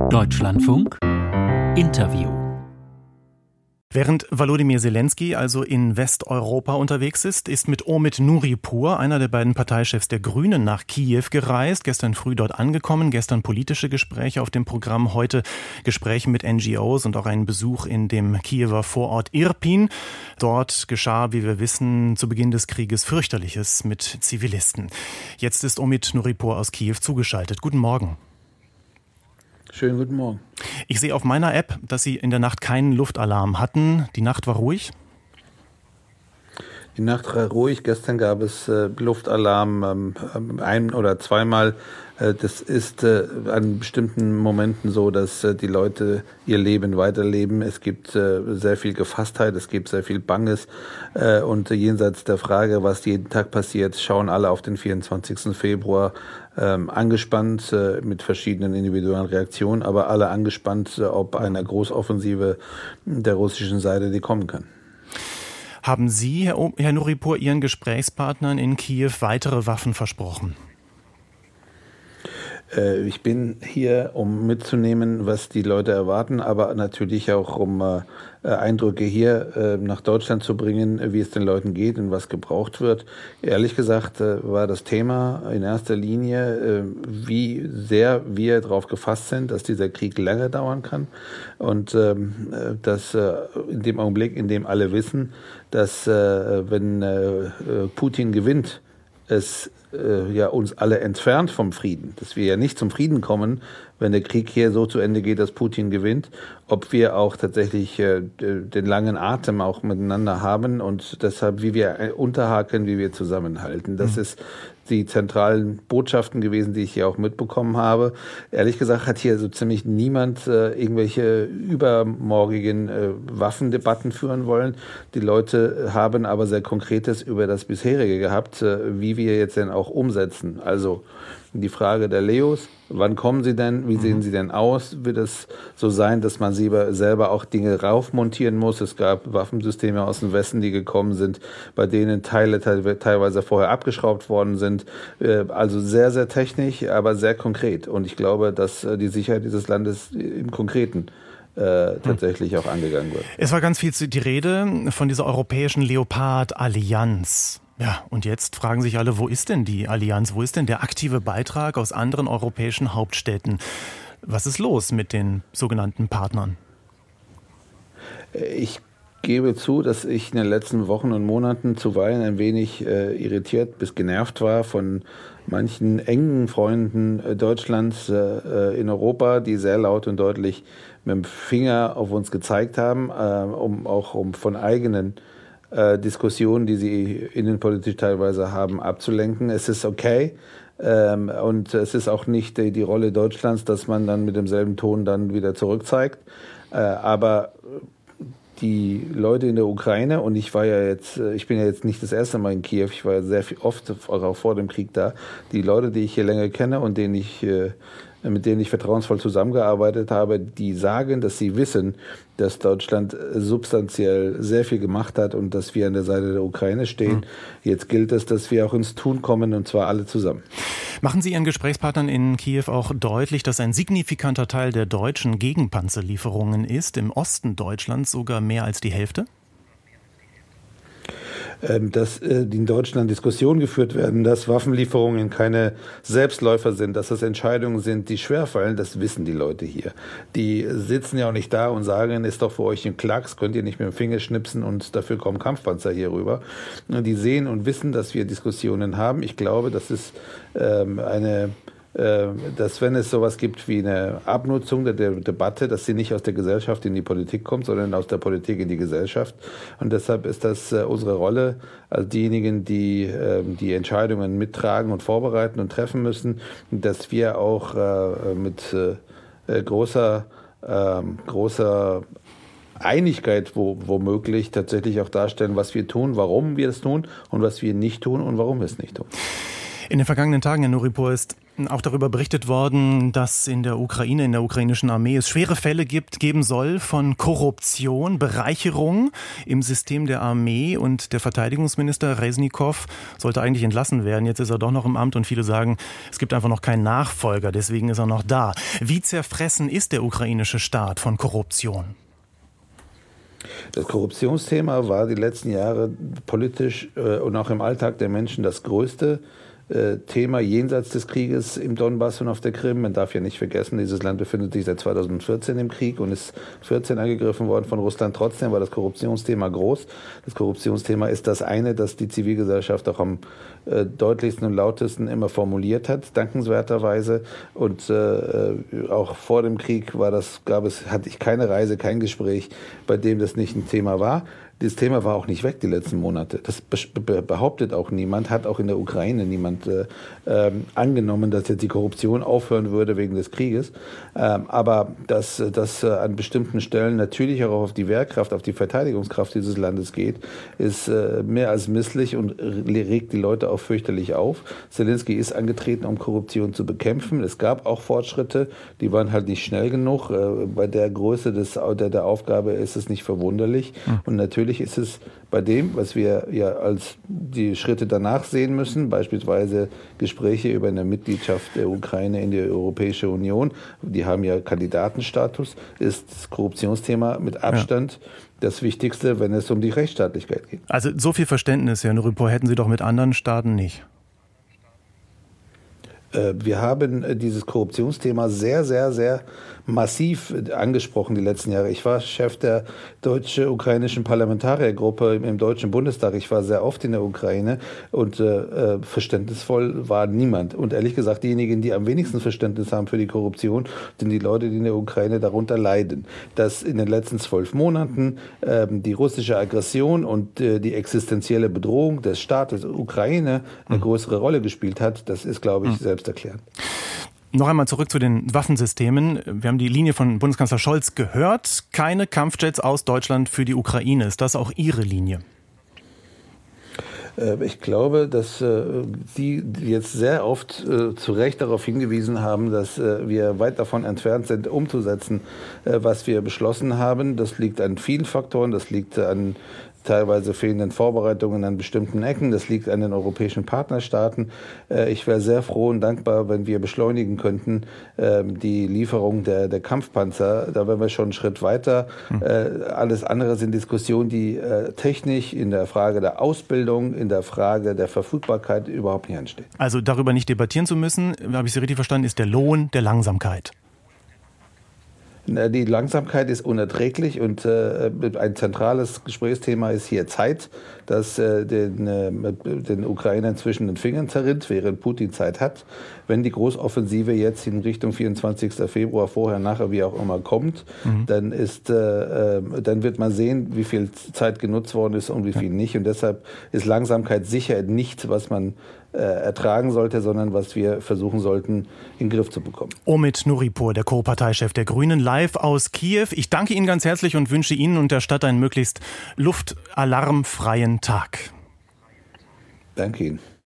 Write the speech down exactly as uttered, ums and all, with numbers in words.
Deutschlandfunk Interview. Während Volodymyr Zelensky also in Westeuropa unterwegs ist, ist mit Omid Nuripur, einer der beiden Parteichefs der Grünen, nach Kiew gereist, gestern früh dort angekommen, gestern politische Gespräche auf dem Programm, heute Gespräche mit N G Os und auch einen Besuch in dem Kiewer Vorort Irpin. Dort geschah, wie wir wissen, zu Beginn des Krieges Fürchterliches mit Zivilisten. Jetzt ist Omid Nuripur aus Kiew zugeschaltet. Guten Morgen. Schönen guten Morgen. Ich sehe auf meiner App, dass Sie in der Nacht keinen Luftalarm hatten. Die Nacht war ruhig? Die Nacht war ruhig. Gestern gab es äh, Luftalarm ähm, ein- oder zweimal. Äh, das ist äh, an bestimmten Momenten so, dass äh, die Leute ihr Leben weiterleben. Es gibt äh, sehr viel Gefasstheit, es gibt sehr viel Banges. Äh, und äh, jenseits der Frage, was jeden Tag passiert, schauen alle auf den vierundzwanzigsten Februar ähm, angespannt äh, mit verschiedenen individuellen Reaktionen, aber alle angespannt, äh, ob eine Großoffensive der russischen Seite, die kommen kann. Haben Sie, Herr, o- Herr Nuripur, Ihren Gesprächspartnern in Kiew weitere Waffen versprochen? Äh, ich bin hier, um mitzunehmen, was die Leute erwarten, aber natürlich auch, um äh, Eindrücke hier äh, nach Deutschland zu bringen, wie es den Leuten geht und was gebraucht wird. Ehrlich gesagt äh, war das Thema in erster Linie, äh, wie sehr wir darauf gefasst sind, dass dieser Krieg länger dauern kann und ähm, dass äh, in dem Augenblick, in dem alle wissen, dass äh, wenn äh, Putin gewinnt, es äh, ja uns alle entfernt vom Frieden, dass wir ja nicht zum Frieden kommen, wenn der Krieg hier so zu Ende geht, dass Putin gewinnt, ob wir auch tatsächlich äh, den langen Atem auch miteinander haben und deshalb, wie wir unterhaken, wie wir zusammenhalten. Das mhm. ist die zentralen Botschaften gewesen, die ich hier auch mitbekommen habe. Ehrlich gesagt hat hier so ziemlich niemand äh, irgendwelche übermorgigen äh, Waffendebatten führen wollen. Die Leute haben aber sehr Konkretes über das bisherige gehabt, äh, wie wir jetzt denn auch umsetzen. Also die Frage der Leos, wann kommen sie denn, wie sehen sie denn aus? Wird es so sein, dass man selber auch Dinge raufmontieren muss? Es gab Waffensysteme aus dem Westen, die gekommen sind, bei denen Teile teilweise vorher abgeschraubt worden sind. Also sehr, sehr technisch, aber sehr konkret. Und ich glaube, dass die Sicherheit dieses Landes im Konkreten Äh, tatsächlich auch angegangen wird. Es war ganz viel die Rede von dieser europäischen Leopard-Allianz. Ja, und jetzt fragen sich alle, wo ist denn die Allianz? Wo ist denn der aktive Beitrag aus anderen europäischen Hauptstädten? Was ist los mit den sogenannten Partnern? Ich gebe zu, dass ich in den letzten Wochen und Monaten zuweilen ein wenig äh, irritiert bis genervt war von manchen engen Freunden äh, Deutschlands äh, in Europa, die sehr laut und deutlich mit dem Finger auf uns gezeigt haben, äh, um auch um von eigenen äh, Diskussionen, die sie innenpolitisch teilweise haben, abzulenken. Es ist okay. Ähm, und es ist auch nicht die, die Rolle Deutschlands, dass man dann mit demselben Ton dann wieder zurückzeigt. Äh, aber die Leute in der Ukraine, und ich war ja jetzt, ich bin ja jetzt nicht das erste Mal in Kiew, ich war sehr viel, oft auch vor dem Krieg da, die Leute, die ich hier länger kenne und denen ich, mit denen ich vertrauensvoll zusammengearbeitet habe, die sagen, dass sie wissen, dass Deutschland substanziell sehr viel gemacht hat und dass wir an der Seite der Ukraine stehen. Mhm. Jetzt gilt es, dass wir auch ins Tun kommen, und zwar alle zusammen. Machen Sie Ihren Gesprächspartnern in Kiew auch deutlich, dass ein signifikanter Teil der deutschen Gegenpanzerlieferungen ist, im Osten Deutschlands sogar mehr als die Hälfte? Dass in Deutschland Diskussionen geführt werden, dass Waffenlieferungen keine Selbstläufer sind, dass das Entscheidungen sind, die schwerfallen, das wissen die Leute hier. Die sitzen ja auch nicht da und sagen, ist doch für euch ein Klacks, könnt ihr nicht mit dem Finger schnipsen und dafür kommen Kampfpanzer hier rüber. Die sehen und wissen, dass wir Diskussionen haben. Ich glaube, das ist ähm, eine dass wenn es sowas gibt wie eine Abnutzung der Debatte, dass sie nicht aus der Gesellschaft in die Politik kommt, sondern aus der Politik in die Gesellschaft. Und deshalb ist das unsere Rolle als diejenigen, die die Entscheidungen mittragen und vorbereiten und treffen müssen, dass wir auch mit großer, großer Einigkeit wo, womöglich tatsächlich auch darstellen, was wir tun, warum wir es tun und was wir nicht tun und warum wir es nicht tun. In den vergangenen Tagen, Herr Nuripur, ist auch darüber berichtet worden, dass in der Ukraine, in der ukrainischen Armee es schwere Fälle gibt, geben soll von Korruption, Bereicherung im System der Armee, und der Verteidigungsminister Resnikow sollte eigentlich entlassen werden. Jetzt ist er doch noch im Amt und viele sagen, es gibt einfach noch keinen Nachfolger, deswegen ist er noch da. Wie zerfressen ist der ukrainische Staat von Korruption? Das Korruptionsthema war die letzten Jahre politisch äh, und auch im Alltag der Menschen das größte äh, Thema jenseits des Krieges im Donbass und auf der Krim. Man darf ja nicht vergessen, dieses Land befindet sich seit zweitausendvierzehn im Krieg und ist vierzehn angegriffen worden von Russland. Trotzdem war das Korruptionsthema groß. Das Korruptionsthema ist das eine, das die Zivilgesellschaft auch am äh, deutlichsten und lautesten immer formuliert hat, dankenswerterweise. Und äh, auch vor dem Krieg war das, gab es, hatte ich keine Reise, kein Gespräch, bei dem das nicht ein Thema war. Dieses Thema war auch nicht weg die letzten Monate. Das behauptet auch niemand, hat auch in der Ukraine niemand äh, äh, angenommen, dass jetzt die Korruption aufhören würde wegen des Krieges. Ähm, aber dass das äh, an bestimmten Stellen natürlich auch auf die Wehrkraft, auf die Verteidigungskraft dieses Landes geht, ist äh, mehr als misslich und regt die Leute auch fürchterlich auf. Zelensky ist angetreten, um Korruption zu bekämpfen. Es gab auch Fortschritte, die waren halt nicht schnell genug. Äh, bei der Größe des, der, der Aufgabe ist es nicht verwunderlich. Mhm. Und natürlich ist es bei dem, was wir ja als die Schritte danach sehen müssen, beispielsweise Gespräche über eine Mitgliedschaft der Ukraine in die Europäische Union, die haben ja Kandidatenstatus, ist das Korruptionsthema mit Abstand ja das Wichtigste, wenn es um die Rechtsstaatlichkeit geht. Also so viel Verständnis, Herr Nurypor, hätten Sie doch mit anderen Staaten nicht. Wir haben dieses Korruptionsthema sehr, sehr, sehr massiv angesprochen die letzten Jahre. Ich war Chef der deutsch-ukrainischen Parlamentariergruppe im Deutschen Bundestag. Ich war sehr oft in der Ukraine und äh, verständnisvoll war niemand. Und ehrlich gesagt, diejenigen, die am wenigsten Verständnis haben für die Korruption, sind die Leute, die in der Ukraine darunter leiden. Dass in den letzten zwölf Monaten äh, die russische Aggression und äh, die existenzielle Bedrohung des Staates Ukraine eine mhm. größere Rolle gespielt hat, das ist, glaube ich, mhm. selbst erklären. Noch einmal zurück zu den Waffensystemen. Wir haben die Linie von Bundeskanzler Scholz gehört. Keine Kampfjets aus Deutschland für die Ukraine. Ist das auch Ihre Linie? Ich glaube, dass Sie jetzt sehr oft zu Recht darauf hingewiesen haben, dass wir weit davon entfernt sind, umzusetzen, was wir beschlossen haben. Das liegt an vielen Faktoren. Das liegt an teilweise fehlenden Vorbereitungen an bestimmten Ecken. Das liegt an den europäischen Partnerstaaten. Ich wäre sehr froh und dankbar, wenn wir beschleunigen könnten die Lieferung der, der Kampfpanzer. Da wären wir schon einen Schritt weiter. Mhm. Alles andere sind Diskussionen, die technisch in der Frage der Ausbildung, in der Frage der Verfügbarkeit überhaupt nicht anstehen. Also darüber nicht debattieren zu müssen, habe ich Sie richtig verstanden, ist der Lohn der Langsamkeit. Die Langsamkeit ist unerträglich und äh, ein zentrales Gesprächsthema ist hier Zeit, das äh, den, äh, den Ukrainern zwischen den Fingern zerrinnt, während Putin Zeit hat. Wenn die Großoffensive jetzt in Richtung vierundzwanzigsten Februar, vorher, nachher, wie auch immer kommt, mhm. dann, ist, äh, dann wird man sehen, wie viel Zeit genutzt worden ist und wie viel nicht. Und deshalb ist Langsamkeit sicher nicht, was man äh, ertragen sollte, sondern was wir versuchen sollten, in den Griff zu bekommen. Omid Nurypor, der Co-Parteichef der Grünen, live aus Kiew. Ich danke Ihnen ganz herzlich und wünsche Ihnen und der Stadt einen möglichst luftalarmfreien Tag. Danke Ihnen.